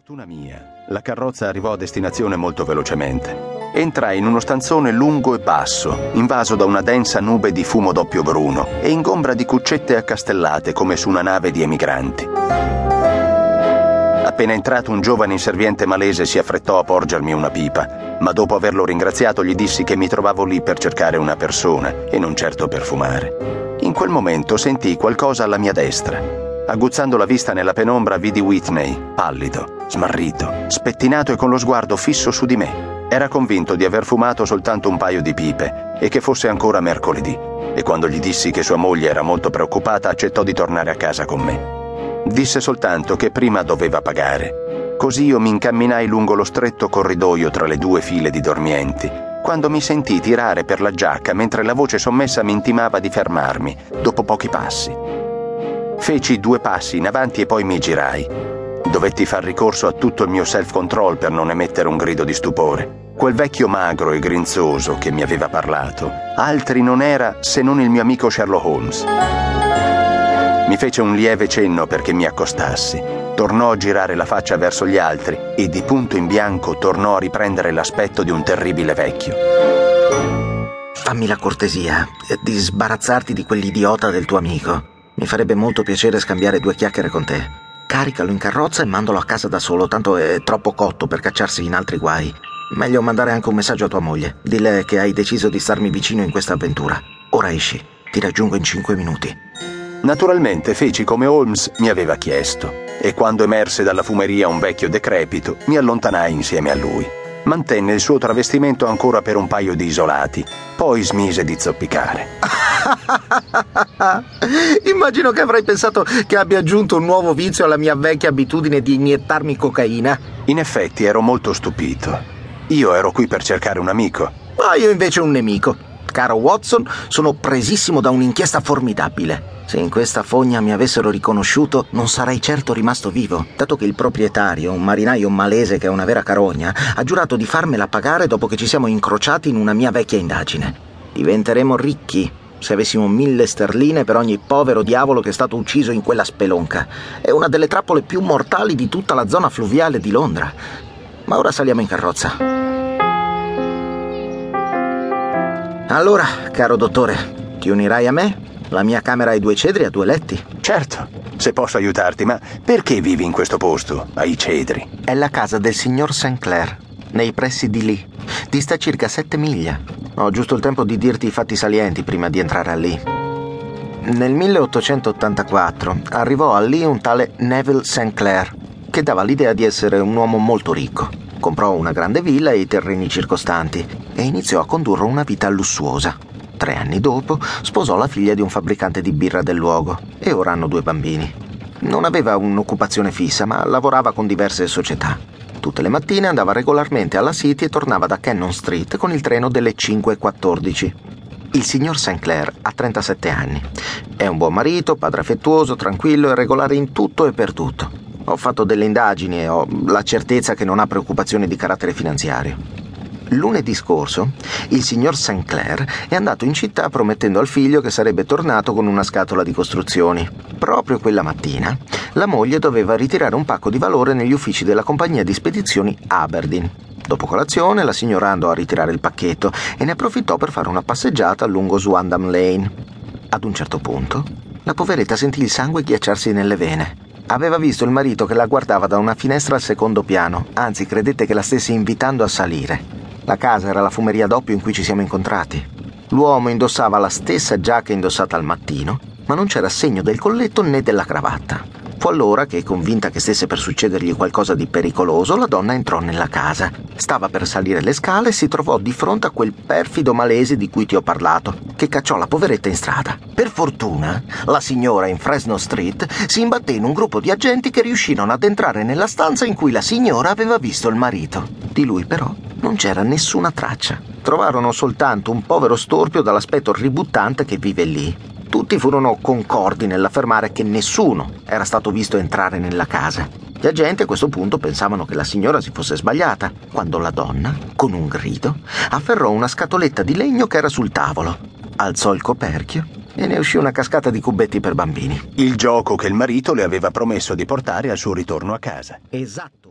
fortuna mia, la carrozza arrivò a destinazione molto velocemente. Entrai in uno stanzone lungo e basso, invaso da una densa nube di fumo doppio bruno e ingombra di cuccette accastellate come su una nave di emigranti. Appena entrato, un giovane inserviente malese si affrettò a porgermi una pipa, ma dopo averlo ringraziato gli dissi che mi trovavo lì per cercare una persona e non certo per fumare. In quel momento sentii qualcosa alla mia destra. Aguzzando la vista nella penombra vidi Whitney, pallido, smarrito, spettinato e con lo sguardo fisso su di me. Era convinto di aver fumato soltanto un paio di pipe e che fosse ancora mercoledì, e quando gli dissi che sua moglie era molto preoccupata accettò di tornare a casa con me. Disse soltanto che prima doveva pagare. Così io mi incamminai lungo lo stretto corridoio tra le due file di dormienti, quando mi sentii tirare per la giacca mentre la voce sommessa mi intimava di fermarmi, dopo pochi passi. Feci 2 passi in avanti e poi mi girai. Dovetti far ricorso a tutto il mio self-control per non emettere un grido di stupore. Quel vecchio magro e grinzoso che mi aveva parlato, altri non era se non il mio amico Sherlock Holmes. Mi fece un lieve cenno perché mi accostassi. Tornò a girare la faccia verso gli altri e di punto in bianco tornò a riprendere l'aspetto di un terribile vecchio. Fammi la cortesia di sbarazzarti di quell'idiota del tuo amico. Mi farebbe molto piacere scambiare 2 chiacchiere con te. Caricalo in carrozza e mandalo a casa da solo, tanto è troppo cotto per cacciarsi in altri guai. Meglio mandare anche un messaggio a tua moglie. Dille che hai deciso di starmi vicino in questa avventura. Ora esci, ti raggiungo in 5 minuti. Naturalmente feci come Holmes mi aveva chiesto, e quando emerse dalla fumeria un vecchio decrepito, mi allontanai insieme a lui. Mantenne il suo travestimento ancora per un paio di isolati, poi smise di zoppicare. Immagino che avrai pensato che abbia aggiunto un nuovo vizio alla mia vecchia abitudine di iniettarmi cocaina. In effetti ero molto stupito. Io ero qui per cercare un amico. Ma io invece un nemico. Caro Watson, sono presissimo da un'inchiesta formidabile. Se in questa fogna mi avessero riconosciuto, non sarei certo rimasto vivo, dato che il proprietario, un marinaio malese che è una vera carogna, ha giurato di farmela pagare dopo che ci siamo incrociati in una mia vecchia indagine. Diventeremo ricchi se avessimo 1000 sterline per ogni povero diavolo che è stato ucciso in quella spelonca. È una delle trappole più mortali di tutta la zona fluviale di Londra. Ma ora saliamo in carrozza. Allora, caro dottore, ti unirai a me? La mia camera ha 2 cedri e 2 letti. Certo, se posso aiutarti, ma perché vivi in questo posto, ai cedri? È la casa del signor St. Clair, nei pressi di lì. Dista circa 7 miglia. Ho giusto il tempo di dirti i fatti salienti prima di entrare lì. Nel 1884 arrivò a lì un tale Neville St. Clair, che dava l'idea di essere un uomo molto ricco. Comprò una grande villa e i terreni circostanti e iniziò a condurre una vita lussuosa. 3 anni dopo sposò la figlia di un fabbricante di birra del luogo e ora hanno 2 bambini. Non aveva un'occupazione fissa, ma lavorava con diverse società. Tutte le mattine andava regolarmente alla City e tornava da Cannon Street con il treno delle 5:14. Il signor St. Clair ha 37 anni. È un buon marito, padre affettuoso, tranquillo e regolare in tutto e per tutto. Ho fatto delle indagini e ho la certezza che non ha preoccupazioni di carattere finanziario. Lunedì scorso, il signor St. Clair è andato in città promettendo al figlio che sarebbe tornato con una scatola di costruzioni. Proprio quella mattina, la moglie doveva ritirare un pacco di valore negli uffici della compagnia di spedizioni Aberdeen. Dopo colazione, la signora andò a ritirare il pacchetto e ne approfittò per fare una passeggiata lungo Swandam Lane. Ad un certo punto, la poveretta sentì il sangue ghiacciarsi nelle vene. Aveva visto il marito che la guardava da una finestra al secondo piano, anzi credette che la stesse invitando a salire. La casa era la fumeria doppio in cui ci siamo incontrati. L'uomo indossava la stessa giacca indossata al mattino, ma non c'era segno del colletto né della cravatta. Fu allora che, convinta che stesse per succedergli qualcosa di pericoloso, la donna entrò nella casa. Stava per salire le scale e si trovò di fronte a quel perfido malese di cui ti ho parlato, che cacciò la poveretta in strada. Per fortuna, la signora in Fresno Street si imbatté in un gruppo di agenti che riuscirono ad entrare nella stanza in cui la signora aveva visto il marito. Di lui, però, non c'era nessuna traccia. Trovarono soltanto un povero storpio dall'aspetto ributtante che vive lì. Tutti furono concordi nell'affermare che nessuno era stato visto entrare nella casa. Gli agenti a questo punto pensavano che la signora si fosse sbagliata, quando la donna, con un grido, afferrò una scatoletta di legno che era sul tavolo, alzò il coperchio e ne uscì una cascata di cubetti per bambini. Il gioco che il marito le aveva promesso di portare al suo ritorno a casa. Esatto.